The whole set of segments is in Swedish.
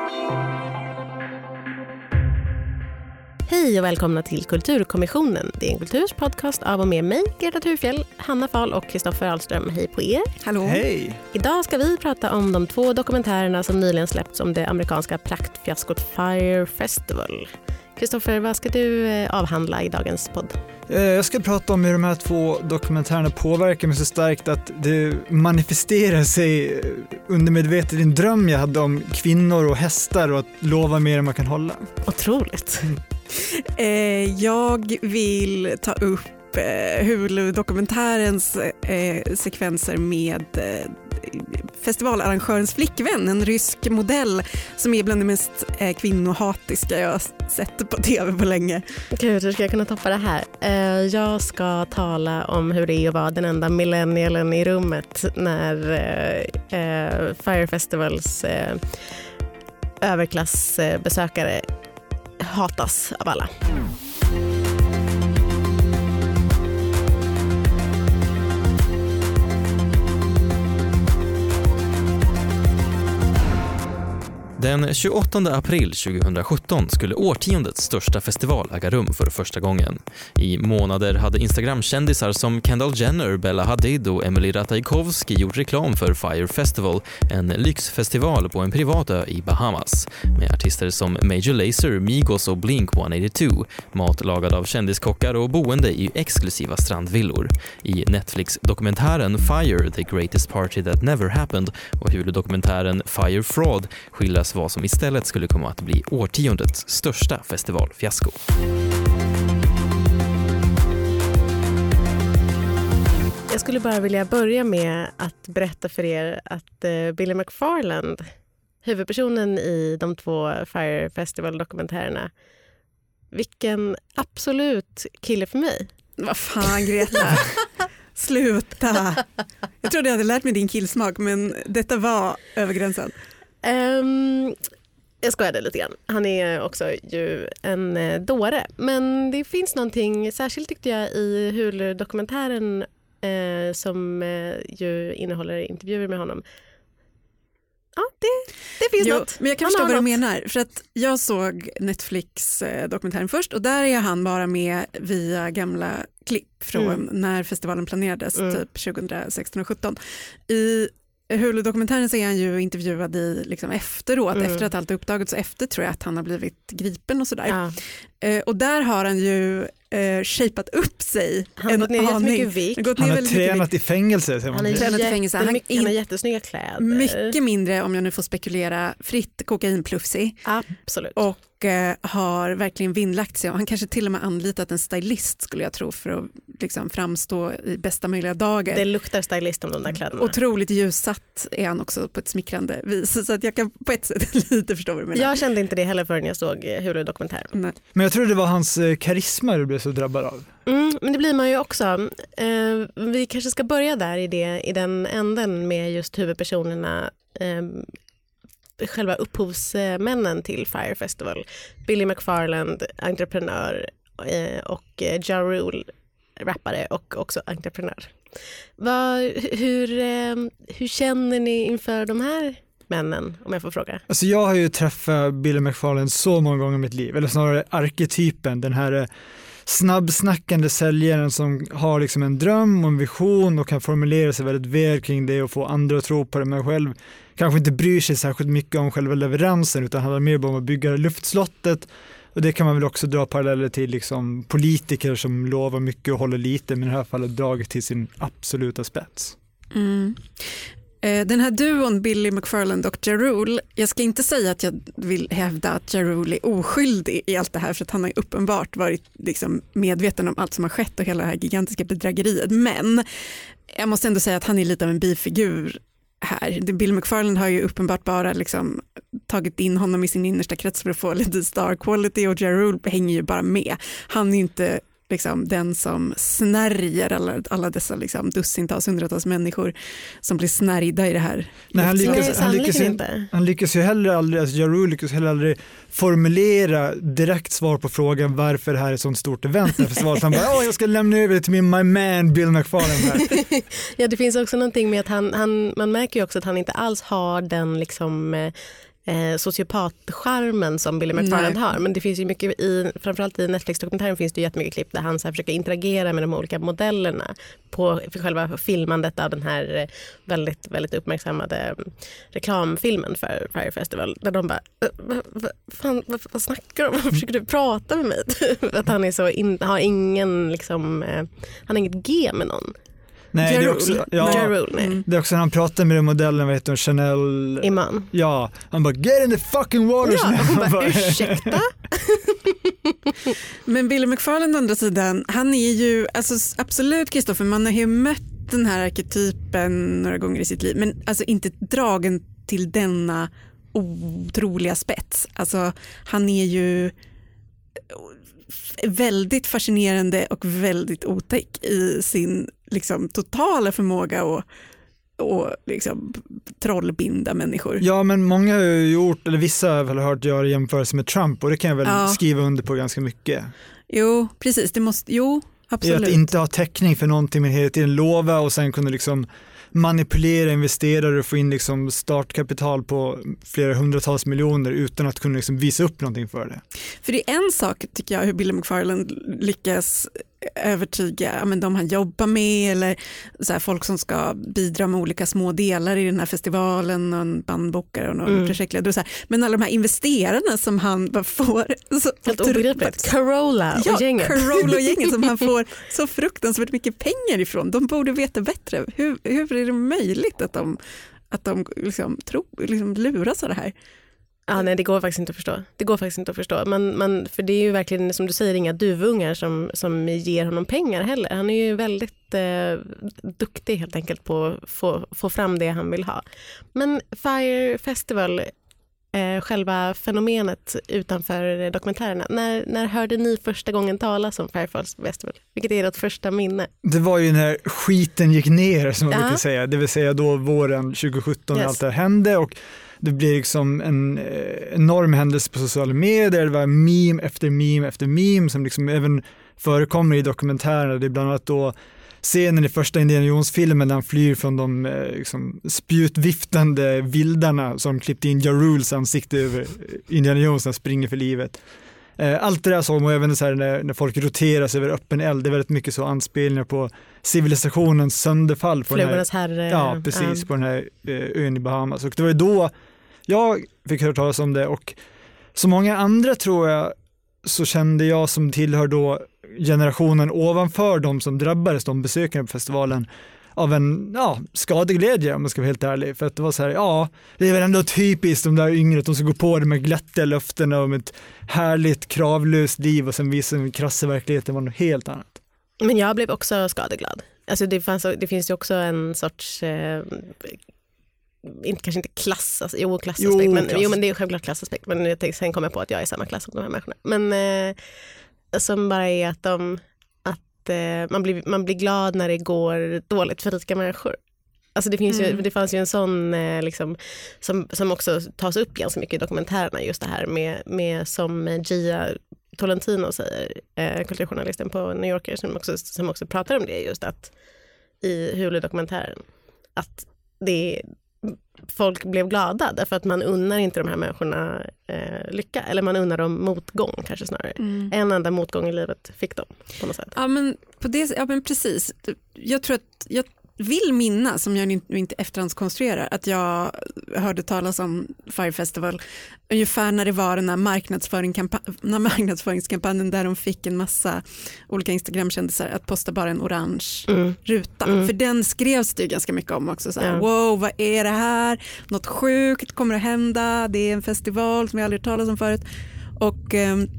Hej och välkomna till Kulturkommissionen. Det är en kulturspodcast av och med mig, Greta Thurfjell, Hanna Fahl och Kristoffer Ahlström. Hej på er. Hallå. Hej. Idag ska vi prata om de 2 dokumentärerna som nyligen släppts om det amerikanska praktfiaskot Fyre Festival. Kristoffer, vad ska du avhandla i dagens podd? Jag ska prata om hur de här 2 dokumentärerna påverkar mig så starkt att det manifesterar sig undermedvetet i en dröm jag hade om kvinnor och hästar och att lova mer än man kan hålla. Otroligt. Jag vill ta upp Hulu-dokumentärens sekvenser med festivalarrangörens flickvän, en rysk modell som är bland det mest kvinnohatiska jag har sett på tv på länge. Gud, hur ska jag kunna toppa det här? Jag ska tala om hur det är att vara den enda millennialen i rummet när Fyre Festivals överklassbesökare hatas av alla. Den 28 april 2017 skulle årtiondets största festival äga rum för första gången. I månader hade Instagram-kändisar som Kendall Jenner, Bella Hadid och Emily Ratajkowski gjort reklam för Fyre Festival, en lyxfestival på en privat ö i Bahamas. Med artister som Major Lazer, Migos och Blink-182, mat lagad av kändiskockar och boende i exklusiva strandvillor. I Netflix-dokumentären Fyre, The Greatest Party That Never Happened och Hulu-dokumentären Fyre Fraud skildras vad som istället skulle komma att bli årtiondets största festivalfiasko. Jag skulle bara vilja börja med att berätta för er att Billy McFarland, huvudpersonen i de 2 Fyre Festival-dokumentärerna, vilken absolut kille för mig. Vad fan, Greta. Sluta. Jag trodde jag hade lärt mig din killsmak, men detta var över gränsen. Jag skojade lite grann. Han är också ju en dåre. Men det finns någonting särskilt, tyckte jag, i Hulu-dokumentären som ju innehåller intervjuer med honom. Ja, det finns något. Men jag kan förstå vad du menar. För att jag såg Netflix-dokumentären först och där är han bara med via gamla klipp från när festivalen planerades, typ 2016 och 2017. I Hulu-dokumentären så är han ju intervjuad i liksom efteråt, efter att allt uppdagats, och efter tror jag att han har blivit gripen och sådär. Ja. Och där har han ju shapat upp sig. Han har gått ner jättemycket vikt. Han har tränat i fängelse. Han har jättesnygga kläder. Mycket mindre, om jag nu får spekulera, fritt kokainplufsig. Absolut. Och har verkligen vinnlagt sig. Han kanske till och med anlitat en stylist, skulle jag tro, för att liksom framstå i bästa möjliga dagar. Det luktar stylist om de där kläderna. Otroligt ljussatt är han också på ett smickrande vis. Så att jag kan på ett sätt lite förstå vad du menar. Jag kände inte det heller förrän jag såg Hulu-dokumentären. Men jag tror det var hans karisma du blev så drabbad av. Men det blir man ju också. Vi kanske ska börja där i den änden med just huvudpersonerna, själva upphovsmännen till Fyre Festival. Billy McFarland, entreprenör, och Ja Rule, rappare och också entreprenör. Hur känner ni inför de här männen, om jag får fråga? Alltså jag har ju träffat Billy McFarland så många gånger i mitt liv, eller snarare arketypen, den här snabbsnackande säljaren som har liksom en dröm och en vision och kan formulera sig väldigt väl kring det och få andra att tro på det, men själv kanske inte bryr sig särskilt mycket om själva leveransen, utan handlar mer om att bygga luftslottet. Och det kan man väl också dra paralleller till liksom politiker som lovar mycket och håller lite, men i det här fallet dragit till sin absoluta spets. Den här duon Billy McFarland och Ja Rule, jag ska inte säga att jag vill hävda att Ja Rule är oskyldig i allt det här, för att han har uppenbart varit liksom medveten om allt som har skett och hela det här gigantiska bedrägeriet, men jag måste ändå säga att han är lite av en bifigur här. Bill McFarland har ju uppenbart bara liksom tagit in honom i sin innersta krets för att få lite star quality, och Ja Rule hänger ju bara med. Han är ju inte liksom den som snärjer alla dessa liksom dussintals, hundratals människor som blir snärjda i det här. Nej, han lyckas ju heller aldrig, alltså Ja Rule lyckas heller aldrig formulera direkt svar på frågan varför det här är ett sånt stort event. För han bara, jag ska lämna över det till min my man Bill McFarland här. Ja, det finns också någonting med att man märker ju också att han inte alls har den liksom sociopatcharmen som Billy McFarland har. Men det finns ju mycket framförallt i Netflix-dokumentären finns det jättemycket klipp där han så här försöker interagera med de olika modellerna på för själva den här väldigt, väldigt uppmärksammade reklamfilmen för Fire Festival. Där de bara, vad snackar de om? Vad försöker du prata med mig? Att han är så har ingen liksom, han har inget G med någon. Nej, det är också, det är också när han pratar med den modellen, vad heter hon, Chanel Iman. Ja, han bara get in the fucking water. Ja, hon bara, ursäkta. Men Billy McFarland å andra sidan, han är ju alltså, absolut Kristoffer, man har ju mött den här arketypen några gånger i sitt liv, men alltså inte dragen till denna otroliga spets. Alltså han är ju väldigt fascinerande och väldigt otäck i sin liksom totala förmåga och liksom trollbinda människor. Ja, men många har ju gjort, eller vissa har väl hört göra jämförelse med Trump, och det kan jag väl skriva under på ganska mycket. Jo, precis. Absolut. Att inte ha täckning för någonting men hela tiden lova och sen kunna liksom manipulera investerare och få in liksom startkapital på flera hundratals miljoner utan att kunna liksom visa upp någonting för det. För det är en sak tycker jag hur Billy McFarland lyckas övertyga de han jobbar med eller så här, folk som ska bidra med olika små delar i den här festivalen och en bandbokare och någon projektledare och så här. Men alla de här investerarna som han bara får helt obegripligt. Carola och gänget som han får så fruktansvärt mycket pengar ifrån. De borde veta bättre. Hur är det möjligt att de liksom luras av det här? Ja, nej, det går faktiskt inte att förstå. Men för det är ju verkligen, som du säger, inga duvungar som ger honom pengar heller. Han är ju väldigt duktig helt enkelt på att få fram det han vill ha. Men Fire Festival, själva fenomenet utanför dokumentärerna. När hörde ni första gången talas om Fire Festival? Vilket är ert första minne? Det var ju när skiten gick ner, som man brukar säga. Det vill säga då våren 2017 när allt det här hände, och det blev liksom en enorm händelse på sociala medier. Det var meme efter meme som liksom även förekommer i dokumentärerna. Det är bland annat då scenen i första Indiana Jones-filmen där han flyr från de liksom spjutviftande vildarna som klippte in Ja Rules ansikte över Indiana Jones när han springer för livet. Allt det där såg man även så här när folk roteras över öppen eld. Det är väldigt mycket så anspelningar på civilisationens sönderfall. På Flugornas herre. Ja, precis. På den här ön i Bahamas. Och det var ju då jag fick höra talas om det, och så många andra tror jag så kände jag som tillhör då generationen ovanför de som drabbades, de besökarna på festivalen, av en skadeglädje om man ska vara helt ärlig. För att det var så här, det är väl ändå typiskt de där yngre att de ska gå på det med glättiga löftena om ett härligt kravlöst liv och sen visar den krassa verkligheten var något helt annat. Men jag blev också skadeglad. Alltså det finns ju också en sorts kanske inte klassaspekt, men det är självklart klassaspekt, men sen kommer jag på att jag är i samma klass som de här människorna. Men som bara är att man blir glad när det går dåligt för rika människor. Alltså det fanns ju en sån liksom, som också tas upp ganska mycket i dokumentärerna, just det här med som Gia Tolentino säger, kulturjournalisten på New Yorker som också pratar om det, just att i Hulu-dokumentären att folk blev glada därför att man unnar inte de här människorna lycka, eller man unnar dem motgång kanske snarare. En enda motgång i livet fick de på något sätt. Ja men precis. Jag tror att jag vill minnas, som jag inte efterhandskonstruerar, att jag hörde talas om Fire Festival ungefär när det var den här marknadsföringskampanjen där de fick en massa olika Instagram-kändisar att posta bara en orange ruta. För den skrevs det ju ganska mycket om också. Så här, wow, vad är det här? Något sjukt kommer att hända. Det är en festival som jag aldrig talat om förut. Och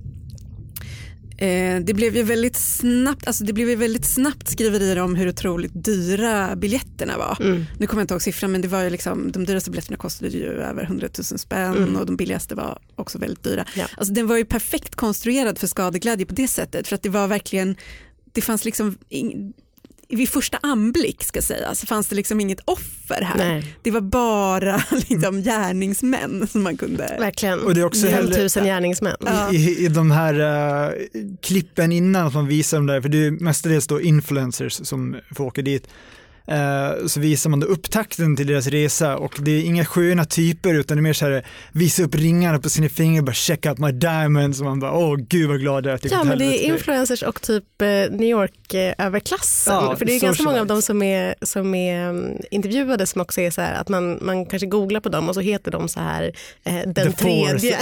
det blev ju väldigt snabbt skriverier om hur otroligt dyra biljetterna var. Nu kommer jag inte ihåg siffran, men det var ju liksom, de dyraste biljetterna kostade ju över 100 000 spänn och de billigaste var också väldigt dyra. Ja. Alltså den var ju perfekt konstruerad för skadeglädje på det sättet, för att det var verkligen, det fanns liksom vid första anblick ska säga, så fanns det liksom inget offer här. Nej. Det var bara liksom gärningsmän som man kunde... Verkligen. Och det är också 5000 gärningsmän. I de här klippen innan att man visar dem där, för det är mestadels då influencers som får åka dit. Så visar man då upptakten till deras resa och det är inga sköna typer utan det är mer så här visa upp ringarna på sina fingrar, bara check out my diamonds och man bara gud vad glad jag är att ja, men det är influencers och typ New York överklassen. Ja, för det är ganska många av dem som är intervjuade som också är så här att man kanske googlar på dem och så heter de så här den tredje.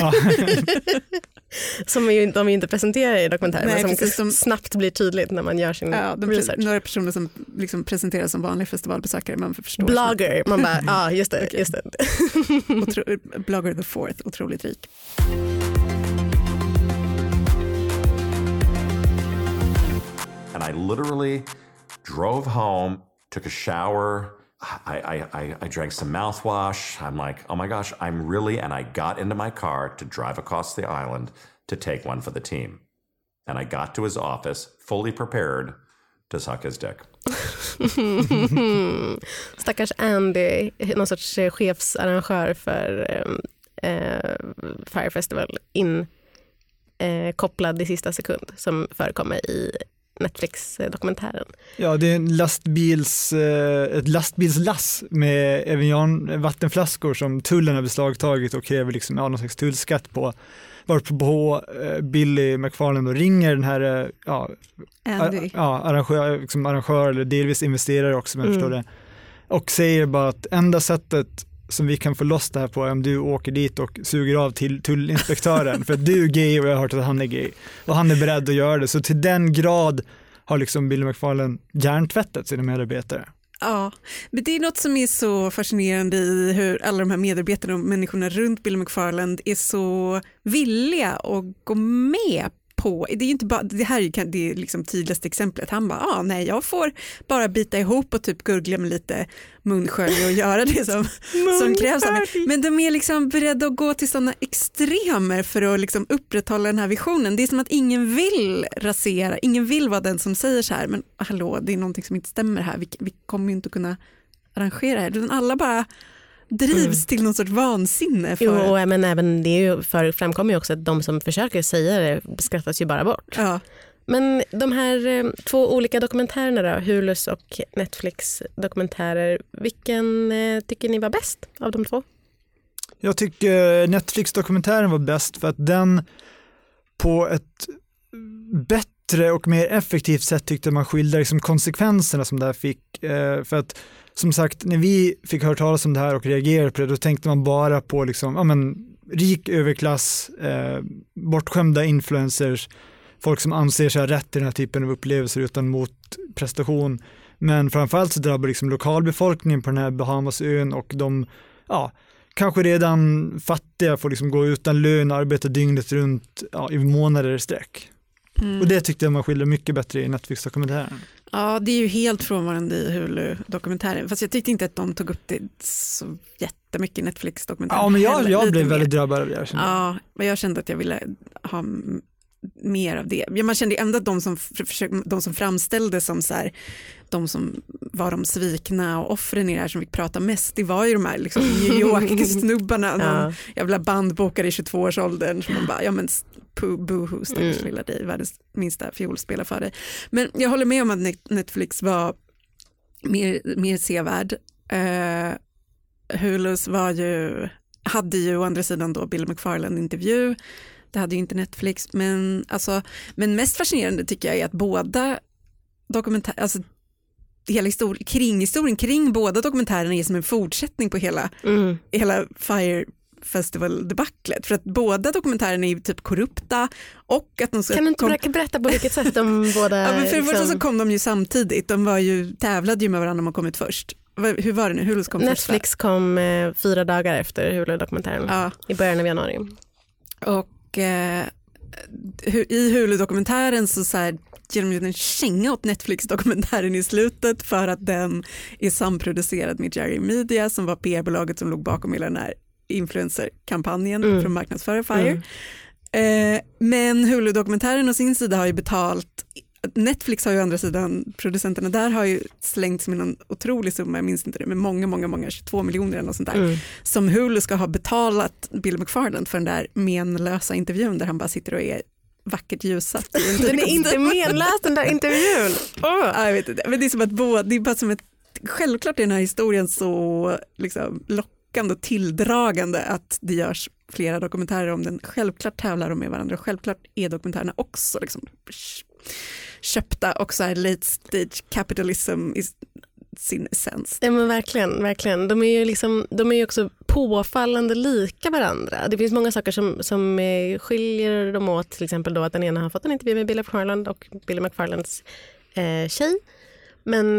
Som de inte presenterar i dokumentären. Nej, men som snabbt blir tydligt när man gör sin research. Några personer som liksom presenteras som vanliga festivalbesökare. Man förstår. Blogger. Man bara, just det. Okay. Just det. Blogger the fourth, otroligt rik. And I literally drove home, took a shower. I drank some mouthwash. I'm like, oh my gosh, I'm really, and I got into my car to drive across the island to take one for the team. And I got to his office fully prepared to suck his dick. Stackars Andy, någon sorts chefsarrangör för Fire Festival, kopplad i sista sekund som förekommer i Netflix-dokumentären. Ja, det är en ett lastbilslass med Evian vattenflaskor som tullen har beslagtagit och kräver liksom, någon slags tullskatt på. Varpå Billy McFarland och ringer den här arrangör eller delvis investerare också, men jag förstår det. Och säger bara att enda sättet som vi kan få loss det här på är om du åker dit och suger av till tullinspektören för att du är gay och jag har hört att han är gay och han är beredd att göra det. Så till den grad har liksom Billy McFarland hjärntvättat sina medarbetare. Ja, men det är något som är så fascinerande i hur alla de här medarbetarna och människorna runt Billy McFarland är så villiga att gå med på. Det är ju inte bara, det här är det liksom tydligaste exemplet. Han bara, nej, jag får bara bita ihop och typ gurgla med lite munskölj och göra det som krävs. Men de är liksom beredda att gå till sådana extremer för att liksom upprätthålla den här visionen. Det är som att ingen vill rasera, ingen vill vara den som säger så här, men hallå, det är någonting som inte stämmer här. Vi kommer ju inte att kunna arrangera det här. Alla bara drivs till någon sorts vansinne. Jo, men även det är ju framkommer ju också att de som försöker säga det skrattas ju bara bort. Ja. Men de här 2 olika dokumentärerna då, Hulus och Netflix dokumentärer, vilken tycker ni var bäst av de 2? Jag tycker Netflix-dokumentären var bäst för att den på ett bättre och mer effektivt sätt tyckte man skildrar liksom konsekvenserna som det här fick. För att som sagt, när vi fick höra talas om det här och reagerade på det, då tänkte man bara på liksom, rik överklass, bortskämda influencers, folk som anser sig ha rätt i den här typen av upplevelser utan motprestation. Men framförallt så drabbar liksom lokalbefolkningen på den här Bahamasön och de, kanske redan fattiga får liksom gå utan lön och arbeta dygnet runt i månader i sträck. Och det tyckte jag man skiljer mycket bättre i Netflix-dokumentären. Ja, det är ju helt frånvarande i Hulu-dokumentären. Fast jag tyckte inte att de tog upp det så jättemycket i Netflix-dokumentären. Ja, men jag blev väldigt drabbad av det. Ja, men jag kände att jag ville ha mer av det. Man kände ändå att de som framställdes som så här, de som var de svikna och offren i det här som fick prata mest, det var ju de här liksom New York-snubbarna, de jävla bandbokare i 22-årsåldern som man bara, men boohoo, stackars lilla dig, världens minsta fiolspelare för dig. Men jag håller med om att Netflix var mer sevärd. Hulus hade ju å andra sidan då Bill McFarland-intervju. Det hade ju inte Netflix, men mest fascinerande tycker jag är att båda dokumentärer, alltså hela historien kring båda dokumentärerna är som en fortsättning på hela Fire Festival-debaclet. För att båda dokumentärerna är typ korrupta och att de kan du inte berätta på vilket sätt de båda... Ja, men för det första så kom de ju samtidigt. De tävlade ju med varandra om att kommit först. Hur var det nu? Hulu kom Netflix först, 4 dagar efter Hulu-dokumentären i början av januari. Och i Hulu-dokumentären så här ger de en känga åt Netflix-dokumentären i slutet för att den är samproducerad med Jerry Media som var PR-bolaget som låg bakom hela den här influencer-kampanjen för att marknadsföra Fire. Men Hulu-dokumentären å sin sida har ju betalt. Netflix har ju å andra sidan, producenterna där har ju slängt med någon otrolig summa, jag minns inte det, men många 22 miljoner eller något sånt där, som Hulu ska ha betalat Bill McFarland för den där menlösa intervjun där han bara sitter och är vackert ljusat. Den är inte menlös den där intervjun. Jag vet inte, men det är som att det är bara som ett självklart är den här historien så liksom lockande och tilldragande att det görs flera dokumentärer om den. Självklart tävlar de med varandra och självklart är dokumentärerna också liksom köpta och så här late stage capitalism i sin essens. Ja men verkligen, verkligen. De är ju också påfallande lika varandra. Det finns många saker som skiljer dem åt, till exempel då att den ena har fått en intervju med Billy McFarland och Billy McFarlands tjej. Men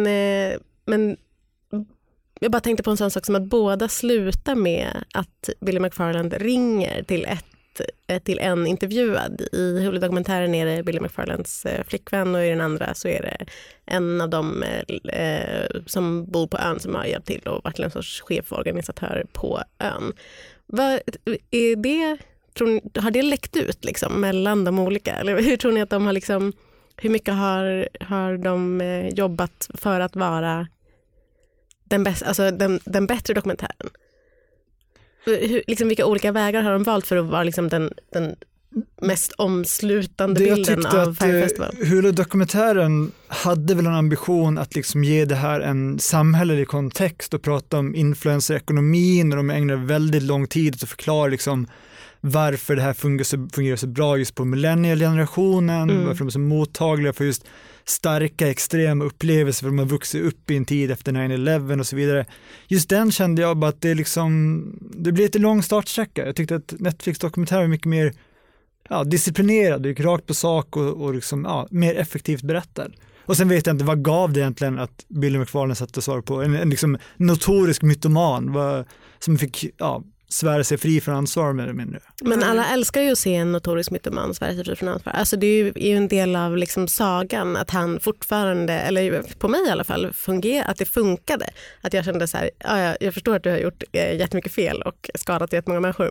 jag bara tänkte på en sån sak som att båda slutar med att Billy McFarland ringer till en intervjuad. I huvuddokumentären är det Billy McFarlands flickvän och i den andra så är det en av dem som bor på ön som har hjälpt till och varit en sorts cheforganisatör på ön. Vad är det, har det läckt ut liksom mellan de olika? Eller hur tror ni att de har liksom, hur mycket har de jobbat för att vara den bättre dokumentären? Liksom, vilka olika vägar har de valt för att vara liksom den mest omslutande bilden av Fyre Festival? Hulu-dokumentären hade väl en ambition att liksom ge det här en samhällelig kontext och prata om influencerekonomin, och de ägnar väldigt lång tid att förklara liksom varför det här fungerar så bra just på millennialgenerationen, varför de är så mottagliga för just starka extrema upplevelser, för de har vuxit upp i en tid efter 9/11 och så vidare. Just den kände jag bara att det blir lite lång startsträcka. Jag tyckte att Netflix-dokumentär var mycket mer disciplinerad, gick rakt på sak och liksom, mer effektivt berättad. Och sen vet jag inte, vad gav det egentligen att Billy McFarland satt och svarade på en liksom notorisk mytoman som fick svära sig fri från ansvar mer eller mindre. Men alla älskar ju att se en notorisk mytoman svära sig fri från ansvar. Alltså det är ju en del av liksom sagan att han fortfarande, eller på mig i alla fall, att det funkade. Att jag kände så här, jag förstår att du har gjort jättemycket fel och skadat jättemånga människor.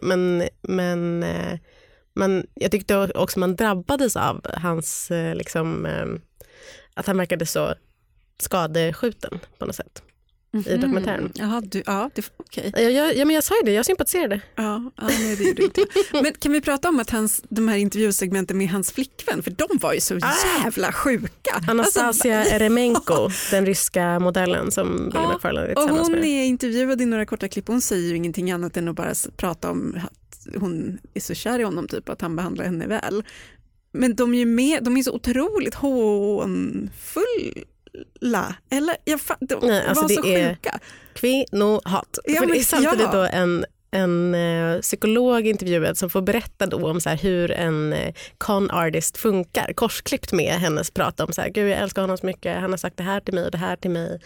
Men jag tyckte också man drabbades av hans liksom, att han verkade så skadeskjuten på något sätt. I dokumentären. Jaha, okej. Men jag sa ju det, jag sympatiserade. Ja, nej, det gjorde inte. Men kan vi prata om att de här intervjusegmenten med hans flickvän, för de var ju så jävla sjuka. Anastasia Eremenko, den ryska modellen som Billy McFarland är tillsammans med. Och hon är intervjuad i några korta klipp, hon säger ju ingenting annat än att bara prata om att hon är så kär i honom, typ att han behandlar henne väl. Men de är så otroligt hånfulla. Eller alltså var det så sjuka. Är kvinnohat. Ja, för det är samtidigt då en psykolog intervjuad som får berätta då om så här hur en con artist funkar. Korsklippt med hennes prat om så här, gud jag älskar honom så mycket, han har sagt det här till mig och det här till mig.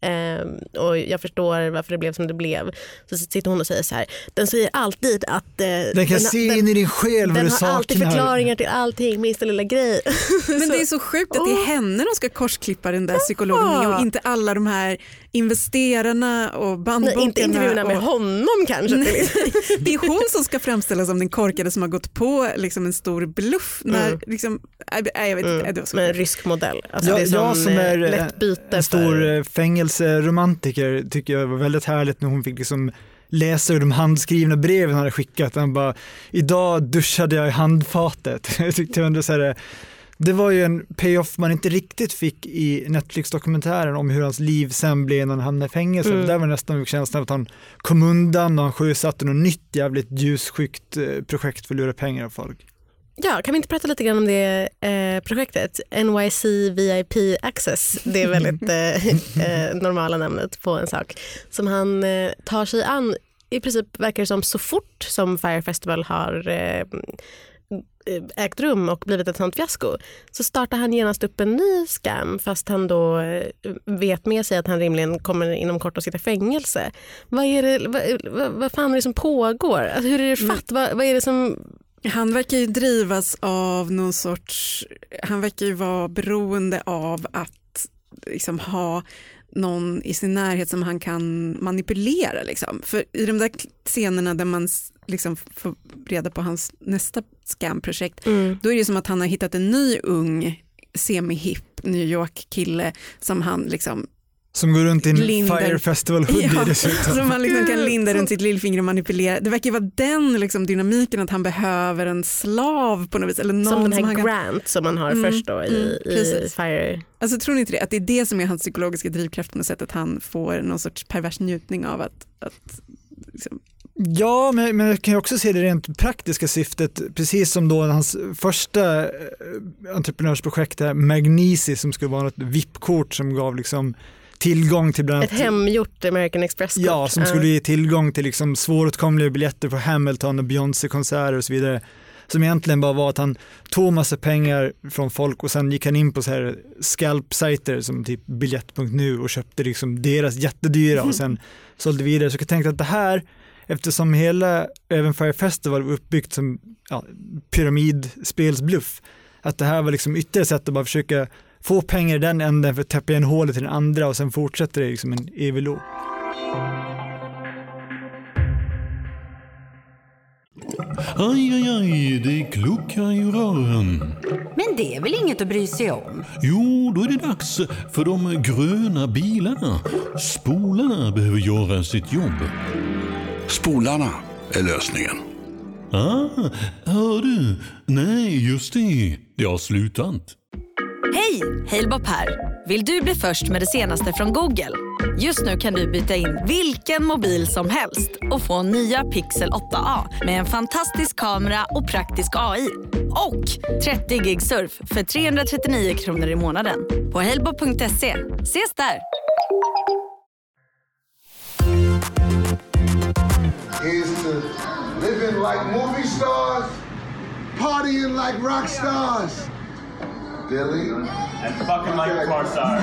Och jag förstår varför det blev som det blev. Så sitter hon och säger så här, den säger alltid att den kan se in i din själ vad du saknar. Den har alltid förklaringar till allting, minsta lilla grej. Men det är så sjukt att det är henne de ska korsklippa, den där psykologen med, och inte alla de här investerarna och bandbokarna. Inte intervjuerna med honom kanske. Det är hon som ska framställas som den korkade som har gått på liksom en stor bluff. När, liksom, jag vet inte, det var så med en rysk modell. Alltså, det är jag som är en stor fängelseromantiker tycker jag var väldigt härligt när hon fick liksom läsa ur de handskrivna breven han hade skickat. Han bara, idag duschade jag i handfatet. Jag tyckte ändå så här, det var ju en payoff man inte riktigt fick i Netflix-dokumentären om hur hans liv sen blev när han hamnade i fängelse. Där var nästan känslan att han kom undan och han sjösatte något nytt jävligt ljusskyggt projekt för att lura pengar av folk. Ja, kan vi inte prata lite grann om det projektet? NYC VIP Access, det är väldigt normala namnet på en sak som han tar sig an. I princip verkar det som så fort som Fyre Festival har ägt rum och blivit ett sånt fiasko, så startar han genast upp en ny scam, fast han då vet med sig att han rimligen kommer inom kort att sitta i fängelse. Vad fan är det som pågår? Alltså, hur är det fatt? Vad är det som... Han verkar ju drivas av någon sorts... Han verkar ju vara beroende av att liksom ha någon i sin närhet som han kan manipulera. Liksom. För i de där scenerna där man liksom får reda på hans nästa scamprojekt, då är det som att han har hittat en ny ung semi-hip New York-kille som han liksom Som går runt i en Fire Festival hoodie dessutom. Som man liksom kan linda runt sitt lillfinger och manipulera. Det verkar vara den liksom dynamiken att han behöver en slav på något vis. Eller någon som den här som Grant som man har först då i Fire. Alltså tror ni inte det? Att det är det som är hans psykologiska drivkraft på något sätt, att han får någon sorts pervers njutning av att liksom... Ja, men jag kan ju också se det rent praktiska syftet, precis som då hans första entreprenörsprojekt här, Magnisi, som skulle vara ett VIP-kort som gav liksom tillgång till bland annat... Ett hemgjort American Express-kort. Ja, som skulle ge tillgång till liksom svåråtkomliga biljetter på Hamilton och Beyoncé-konserter och så vidare. Som egentligen bara var att han tog massa pengar från folk och sen gick han in på så här scalp-sajter som typ biljett.nu och köpte liksom deras jättedyra och sen sålde vidare. Så jag tänkte att det här, eftersom hela även Fire Festival var uppbyggt som pyramidspelsbluff, att det här var liksom ytterligare sätt att bara försöka få pengar i den änden för att täppa igen hålet till den andra och sen fortsätter det liksom en evig loop. Aj, det kluckar i rören. Men det är väl inget att bry sig om? Jo, då är det dags för de gröna bilarna. Spolarna behöver göra sitt jobb. Spolarna är lösningen. Hör du? Nej, just det. Det har slutat. Hej, Halebop här. Vill du bli först med det senaste från Google? Just nu kan du byta in vilken mobil som helst och få nya Pixel 8a med en fantastisk kamera och praktisk AI. Och 30 gig surf för 339 kronor i månaden på halebop.se. Ses där! Is to living like movie stars, partying like rock stars. Billy. And fucking like car stars.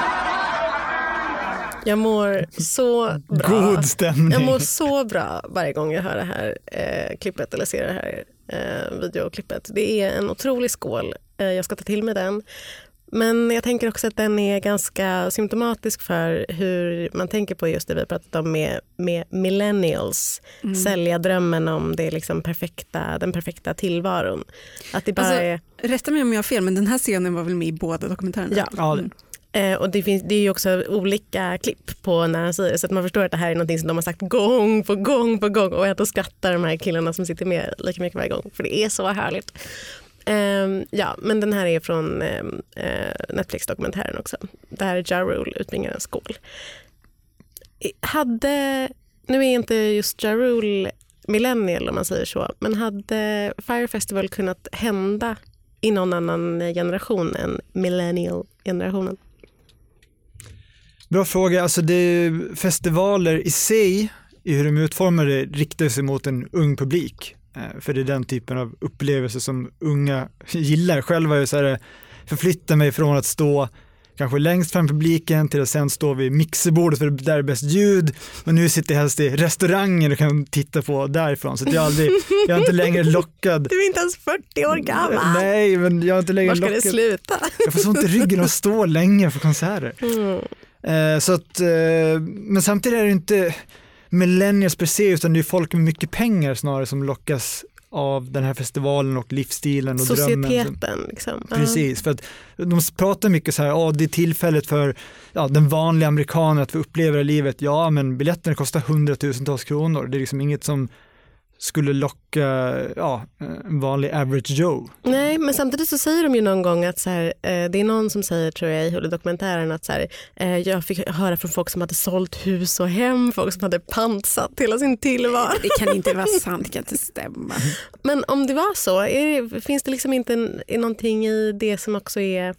Jag mår så bra. God stämning. Jag mår så bra varje gång jag hör det här klippet eller ser det här videoklippet. Det är en otrolig skål. Jag ska ta till mig den. Men jag tänker också att den är ganska symptomatisk för hur man tänker på just det vi pratat om med millennials. Sälja drömmen om det liksom den perfekta tillvaron. Att det bara är... Rätta mig om jag har fel, men den här scenen var väl med i båda dokumentärerna? Ja. Och det är ju också olika klipp på när han säger det, så att man förstår att det här är något som de har sagt gång på gång och jag skrattar de här killarna som sitter med lika mycket varje gång, för det är så härligt. Ja, men den här är från Netflix-dokumentären också. Det här är Ja Rule, utbringaren skål. Nu är inte just Ja Rule millennial om man säger så, men hade Fire Festival kunnat hända i någon annan generation än millennial-generationen? Bra fråga. Alltså festivaler i sig, i hur de utformar det, riktar sig mot en ung publik. För det är den typen av upplevelser som unga gillar. Själv har jag så här, förflyttat mig från att stå kanske längst fram publiken till att sen stå vid mixerbordet för där är bäst ljud. Och nu sitter jag helst i restaurangen och kan titta på därifrån. Så att jag är inte längre lockad. Du är inte ens 40 år gammal. Nej, men jag är inte längre lockad. Var ska det sluta? Jag får så ont i ryggen att stå länge för konserter. Så att, men samtidigt är det inte millennials per se, utan det är folk med mycket pengar snarare som lockas av den här festivalen och livsstilen och drömmen. Societeten liksom. Precis, för att de pratar mycket så här, det är tillfället för den vanliga amerikanen att få uppleva livet. Ja, men biljetterna kostar 100,000-tals kronor. Det är liksom inget som skulle locka en vanlig average Joe. Nej, men samtidigt så säger de ju någon gång att så här, det är någon som säger, tror jag, i dokumentären att så här, jag fick höra från folk som hade sålt hus och hem, folk som hade pantsatt hela sin tillvaro. Det kan inte vara sant, det kan inte stämma. Men om det var så, finns det liksom inte någonting i det som också är...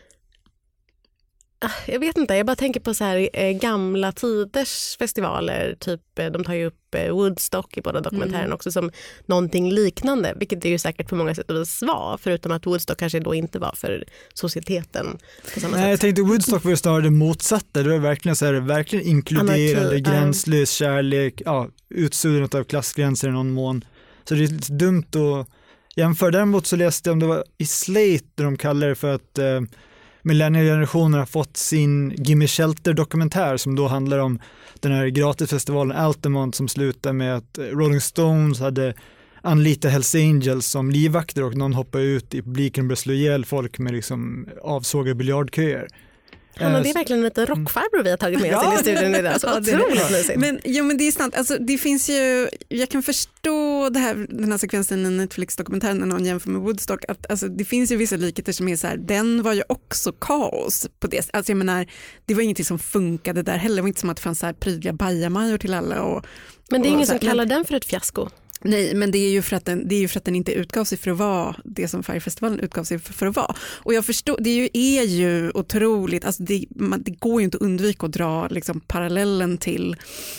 Jag vet inte, jag bara tänker på så här gamla tiders festivaler, typ de tar ju upp Woodstock i båda dokumentären också som någonting liknande, vilket det ju säkert på många sätt och vis var, förutom att Woodstock kanske då inte var för societeten på samma sätt. Jag tänkte Woodstock var snarare det motsatta, det var verkligen så här, verkligen inkluderande, gränslös kärlek, utsuddandet av klassgränser i någon mån. Så det är lite dumt att jämföra. Däremot så läste jag om det var i Slate där de kallar det för att millennialgenerationen har fått sin Gimme Shelter-dokumentär som då handlar om den här gratisfestivalen Altamont som slutar med att Rolling Stones hade anlitat Hells Angels som livvakter och någon hoppade ut i publiken och började slå ihjäl folk med liksom avsågade biljardköer. Det är verkligen en liten rockfarbror vi har tagit med oss in i studion idag. Så otroligt mysigt. Men det är sant. Alltså, det finns ju, jag kan förstå den här sekvensen i Netflix-dokumentären när någon jämför med Woodstock. Att, alltså, det finns ju vissa likheter som är så här, den var ju också kaos på det. Alltså, jag menar, det var ingenting som funkade där heller. Det var inte som att det fanns så här prydliga bajamajor till alla. Men det är ingen som kallar den för ett fiasko. Nej, men det är ju för att den inte utgav sig för att vara det som Firefestivalen utgav sig för att vara. Och jag förstår, det är ju otroligt, alltså det går ju inte att undvika att dra liksom parallellen till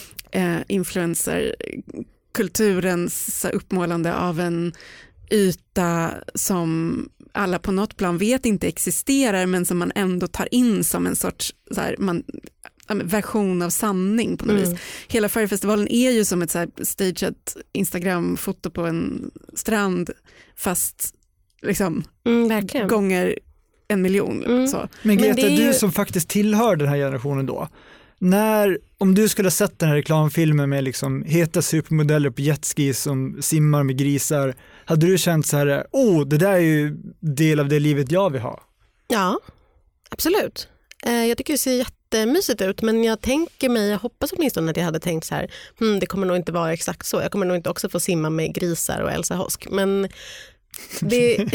influencerkulturens uppmålande av en yta som alla på något plan vet inte existerar, men som man ändå tar in som en sorts så här, version av sanning på något vis. Hela Firefestivalen är ju som ett så här stageat Instagram-foto på en strand, fast liksom gånger 1 miljon. Så. Men Greta, du som faktiskt tillhör den här generationen då, om du skulle ha sett den här reklamfilmen med liksom heta supermodeller på jetski som simmar med grisar, hade du känt så här, det där är ju del av det livet jag vill ha? Ja, absolut. Jag tycker det ser jättemysigt ut, men jag hoppas åtminstone att jag hade tänkt så här, det kommer nog inte vara exakt så. Jag kommer nog inte också få simma med grisar och Elsa Hosk, men det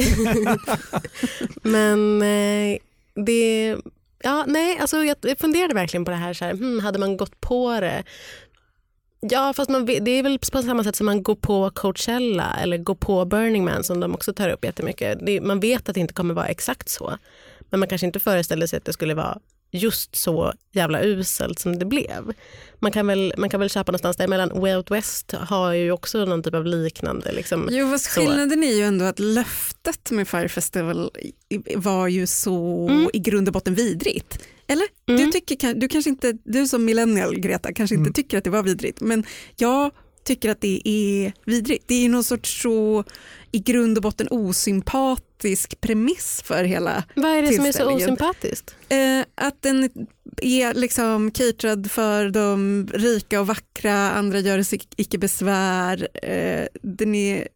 alltså jag funderade verkligen på det här så här, hade man gått på det? Ja, fast det är väl på samma sätt som man går på Coachella eller går på Burning Man som de också tar upp jättemycket. Man vet att det inte kommer vara exakt så, men man kanske inte föreställer sig att det skulle vara just så jävla uselt som det blev. Man kan väl köpa någonstans däremellan. Way Out West har ju också någon typ av liknande. Liksom, skillnaden är ju ändå att löftet med Fire Festival var ju så i grund och botten vidrigt. Eller? Du kanske inte, du som millennial Greta kanske inte tycker att det var vidrigt, men jag tycker att det är vidrigt. Det är någon sorts så i grund och botten osympatisk premiss för hela Vad är det som är så osympatiskt? Att den är liksom caterad för de rika och vackra, andra gör sig icke besvär. Den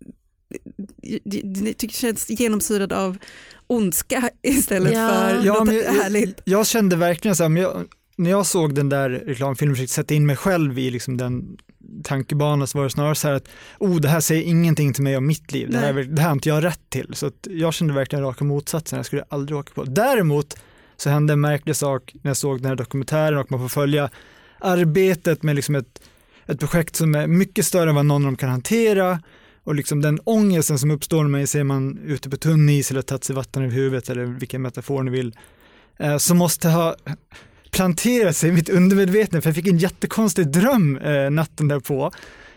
känns genomsyrad av ondska istället för något härligt. Jag kände verkligen så här, när jag såg den där reklamfilmen och försökte sätta in mig själv i liksom den tankebanan, så var det snarare så här att det här säger ingenting till mig om mitt liv. Det här har inte jag rätt till. Så att jag kände verkligen raka motsatsen. Jag skulle aldrig åka på. Däremot så hände en märklig sak när jag såg den här dokumentären, och man får följa arbetet med liksom ett projekt som är mycket större än vad någon av dem kan hantera. Och liksom den ångesten som uppstår när man ser man ute på tunn is eller tagit sig vatten över huvudet, eller vilken metafor ni vill, så måste ha planterat sig i mitt undermedvetna, för jag fick en jättekonstig dröm natten därpå.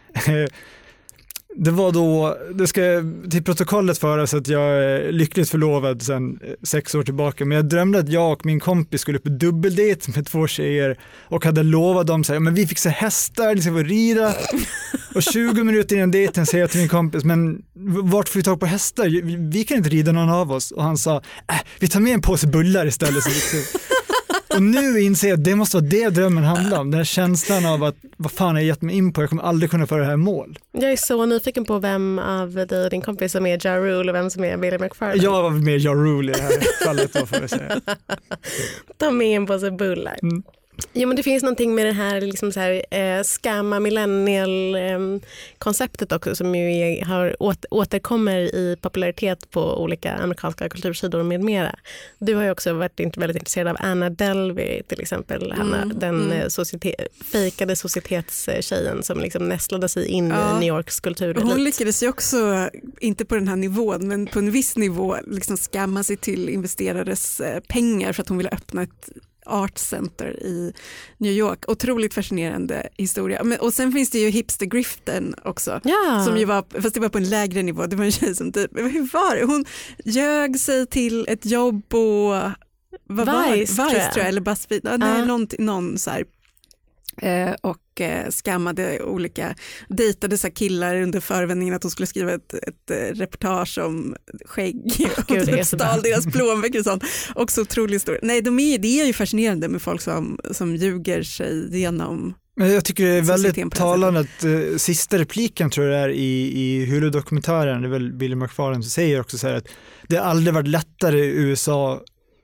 Det var då, det ska till protokollet föra så att jag är lyckligt förlovad sedan 6 år tillbaka, men jag drömde att jag och min kompis skulle på dubbeldate med 2 tjejer och hade lovat dem så här, men vi fick se hästar, det ska få rida. Och 20 minuter innan dejten säger jag till min kompis, men vart får vi tag på hästar? Vi kan inte rida någon av oss. Och han sa, vi tar med en påse bullar istället. Och nu inser jag att det måste vara det drömmen handlar om. Den här känslan av att vad fan har jag gett mig in på? Jag kommer aldrig kunna föra det här mål. Jag är så nyfiken på vem av dig och din kompis som är Ja Rule och vem som är Billy McFarland. Jag var med Ja Rule i det här fallet då, får jag säga. Ta med en påse bullar. Jo, men det finns någonting med det här, liksom så här skamma millennial-konceptet också, som ju återkommer i popularitet på olika amerikanska kultursidor med mera. Du har ju också varit väldigt intresserad av Anna Delvey till exempel, den fejkade societetstjejen som liksom nästlade sig in i New Yorks kulturelit. Hon lyckades ju också, inte på den här nivån, men på en viss nivå liksom skamma sig till investerares pengar för att hon ville öppna ett Art Center i New York. Otroligt fascinerande historia. Och sen finns det ju hipstergriften också. Ja. Som ju var, fast det var på en lägre nivå. Det var en tjej som typ, hur var det? Hon ljög sig till ett jobb och Vice tror jag, eller BuzzFeed. Någon så här. Och skammade dejtade så här killar under förevändningen att hon skulle skriva ett reportage om skägg och stal deras plånböcker och sånt. Också otroligt stor. Nej, det är ju fascinerande med folk som ljuger sig igenom. Men jag tycker det är väldigt talande att sista repliken tror jag är i Hulu-dokumentären, det är väl Billy McFarland som säger också så här att det har aldrig varit lättare i USA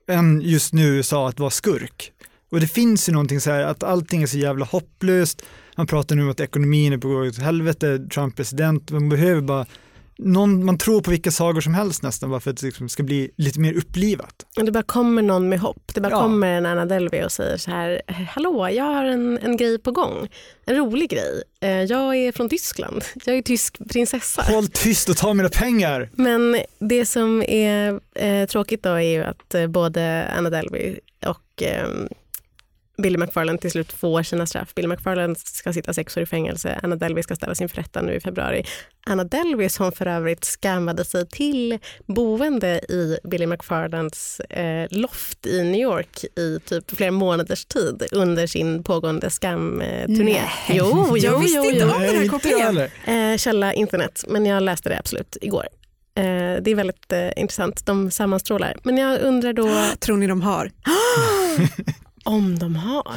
än just nu USA att vara skurk. Och det finns ju någonting så här att allting är så jävla hopplöst. Man pratar nu om att ekonomin är på väg åt helvete, Trump president. Man behöver bara man tror på vilka sagor som helst nästan bara för att det liksom ska bli lite mer upplivat. Det bara kommer någon med hopp. Det bara kommer en Anna Delvey och säger så här: hallå, jag har en grej på gång. En rolig grej. Jag är från Tyskland. Jag är tysk prinsessa. Håll tyst och ta mina pengar. Men det som är tråkigt då är ju att både Anna Delvey och Billy McFarland till slut får sina straff. Billy McFarland ska sitta 6 år i fängelse. Anna Delvey ska ställa sin förrätta nu i februari. Anna Delvey som för övrigt skammade sig till boende i Billy McFarlands loft i New York i typ flera månaders tid under sin pågående skamturné. Jo. Jag visste inte om den här kopplingen. Källa internet, men jag läste det absolut igår. Det är väldigt intressant. De sammanstrålar. Men jag undrar då... Tror ni de har? Om de har.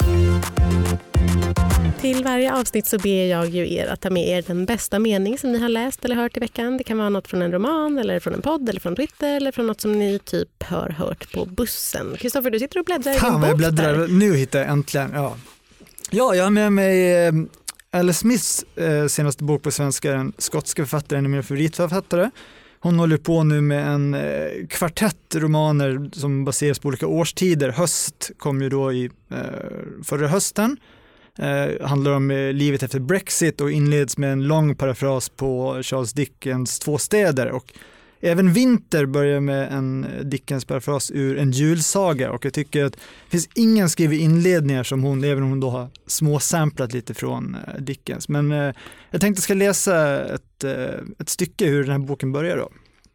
Till varje avsnitt så ber jag ju er att ta med er den bästa mening som ni har läst eller hört i veckan. Det kan vara något från en roman eller från en podd eller från Twitter eller från något som ni typ har hört på bussen. Kristoffer, du sitter och bläddrar i din bok. Jag bläddrar. Nu hittar jag äntligen. Ja, jag har med mig Alice Smiths senaste bok på svenska, den skotska författaren, en av mina favoritförfattare. Hon håller på nu med en kvartett romaner som baseras på olika årstider. Höst kom ju då i förra hösten. Handlar om livet efter Brexit och inleds med en lång parafras på Charles Dickens 2 städer. Och även Vinter börjar med en Dickens parafras ur en julsaga. Och jag tycker att det finns ingen skrivit inledningar som hon, även om hon då har småsamplat lite från Dickens. Men jag tänkte att jag ska läsa ett stycke hur den här boken börjar då.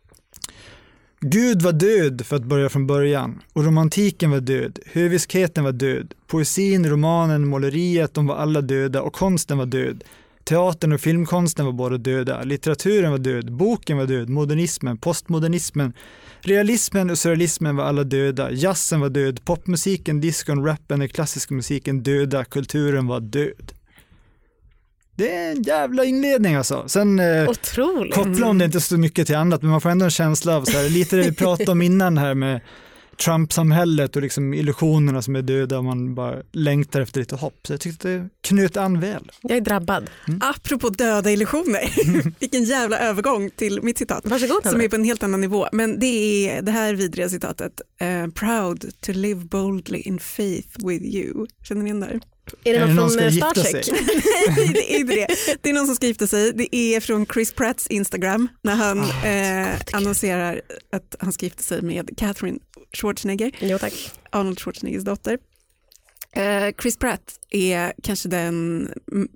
Gud var död för att börja från början, och romantiken var död, höviskheten var död, poesin, romanen, måleriet, de var alla döda, och konsten var död. Teatern och filmkonsten var båda döda, litteraturen var död, boken var död, modernismen, postmodernismen, realismen och surrealismen var alla döda, jazzen var död, popmusiken, diskon, rappen, den klassiska musiken döda, kulturen var död. Det är en jävla inledning alltså. Sen kopplar om det inte så mycket till annat, men man får ändå en känsla av så här, lite det vi pratade om innan här med Trump-samhället och liksom illusionerna som är döda och man bara längtar efter lite hopp. Så jag tyckte det knöt an väl. Jag är drabbad. Apropå döda illusioner, vilken jävla övergång till mitt citat. Varsågod, som är på en helt annan nivå. Men det är det här vidriga citatet. Proud to live boldly in faith with you. Känner ni igen där? Är det någon från Star Trek? Nej, det är inte det. Det är någon som ska gifta sig. Det är från Chris Pratts Instagram när han annonserar att han ska gifta sig med Catherine Schwarzenegger. Jo, tack. Arnold Schwarzeneggers dotter. Chris Pratt är kanske den...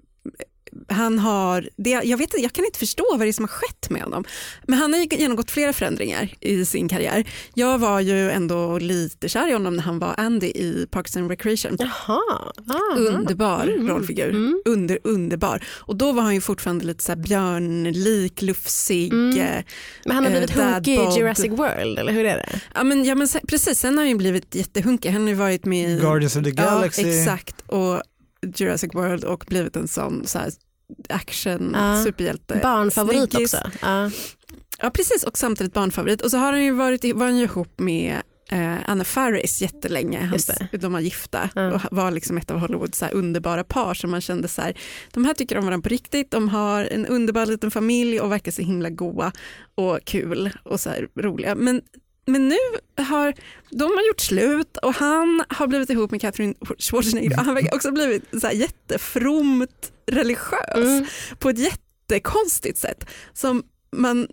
Han har, jag kan inte förstå vad det är som har skett med honom. Men han har genomgått flera förändringar i sin karriär. Jag var ju ändå lite kär i honom när han var Andy i Parks and Recreation. Jaha. Underbar rollfigur. Underbar. Och då var han ju fortfarande lite så här björnlik, lufsig. Men han har blivit hunkig i Jurassic World, eller hur är det? Ja, men precis. Sen har han ju blivit jättehunkig. Han har ju varit med i Guardians of the Galaxy. Ja, exakt. Och Jurassic World och blivit en sån så här action superhjälte. Barnfavorit också. Ja, precis, och samtidigt barnfavorit. Och så har han ju var han ju ihop med Anna Faris jättelänge. De var gifta och var liksom ett av Hollywoods så här underbara par som man kände så här, de här tycker om varandra på riktigt. De har en underbar liten familj och verkar så himla goa och kul och så här roliga. Men nu har de gjort slut och han har blivit ihop med Catherine Schwarzenegger och han har också blivit så här jättefromt religiös på ett jättekonstigt sätt som man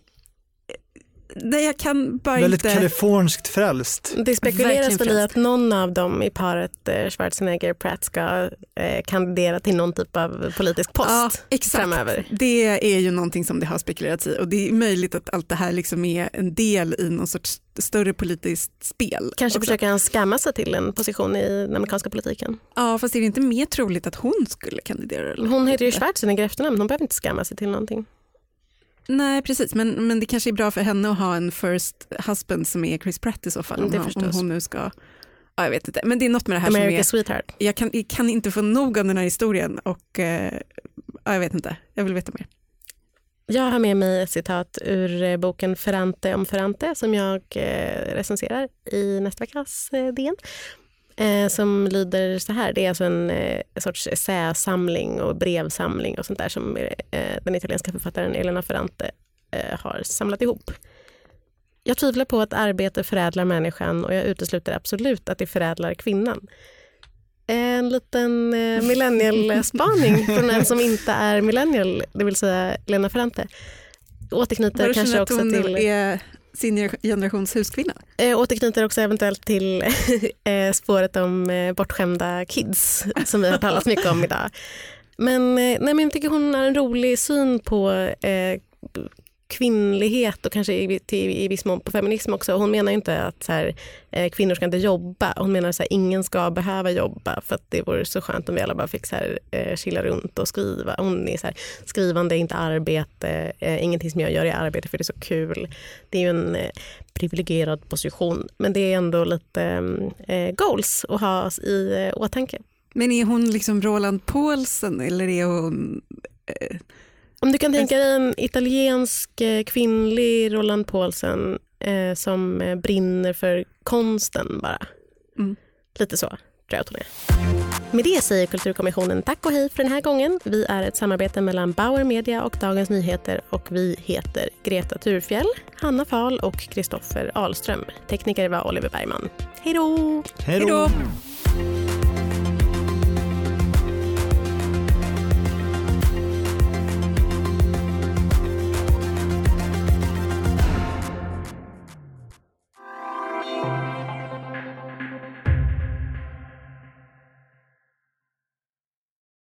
jag kan bara väldigt inte... kaliforniskt frälst. Det spekuleras väl i att någon av dem i paret Schwarzenegger-Pratt ska kandidera till någon typ av politisk post framöver. Det är ju någonting som det har spekulerats i och det är möjligt att allt det här liksom är en del i någon sorts större politiskt spel. Kanske försöker han skamma sig till en position i den amerikanska politiken. Ja, fast är det inte mer troligt att hon skulle kandidera? Eller? Hon heter ju Schwarzenegger efternamn, hon behöver inte skamma sig till någonting. Nej, precis. Men det kanske är bra för henne att ha en first husband som är Chris Pratt i så fall. Om hon nu ska... Ja, jag vet inte. Men det är något med det här America's som är... Sweetheart. Jag kan inte få nog av den här historien och jag vet inte. Jag vill veta mer. Jag har med mig ett citat ur boken Ferrante om Ferrante som jag recenserar i nästa veckas DN. Som lyder så här. Det är alltså en sorts essäsamling och brevsamling och sånt där som den italienska författaren Elena Ferrante har samlat ihop. Jag tvivlar på att arbete förädlar människan och jag utesluter absolut att det förädlar kvinnan. En liten millennial-spaning från en som inte är millennial, det vill säga Elena Ferrante. Återknyter kanske också till... Hon är sin generations huskvinna? Återknyter också eventuellt till spåret om bortskämda kids som vi har talat mycket om idag. Men jag tycker hon har en rolig syn på kvinnlighet och kanske i viss mån på feminism också. Hon menar inte att så här, kvinnor ska inte jobba. Hon menar att ingen ska behöva jobba för att det vore så skönt om vi alla bara fick så här, chilla runt och skriva. Hon är så här, skrivande är inte arbete, ingenting som jag gör i arbete för det är så kul. Det är ju en privilegierad position, men det är ändå lite goals att ha i åtanke. Men är hon liksom Roland Paulsen eller är hon... Om du kan tänka dig en italiensk kvinnlig Roland Paulsen som brinner för konsten bara. Lite så tror jag att hon är. Med det säger Kulturkommissionen tack och hej för den här gången. Vi är ett samarbete mellan Bauer Media och Dagens Nyheter och vi heter Greta Thurfjell, Hanna Fahl och Kristoffer Ahlström. Tekniker var Oliver Bergman. Hej då! Hej då!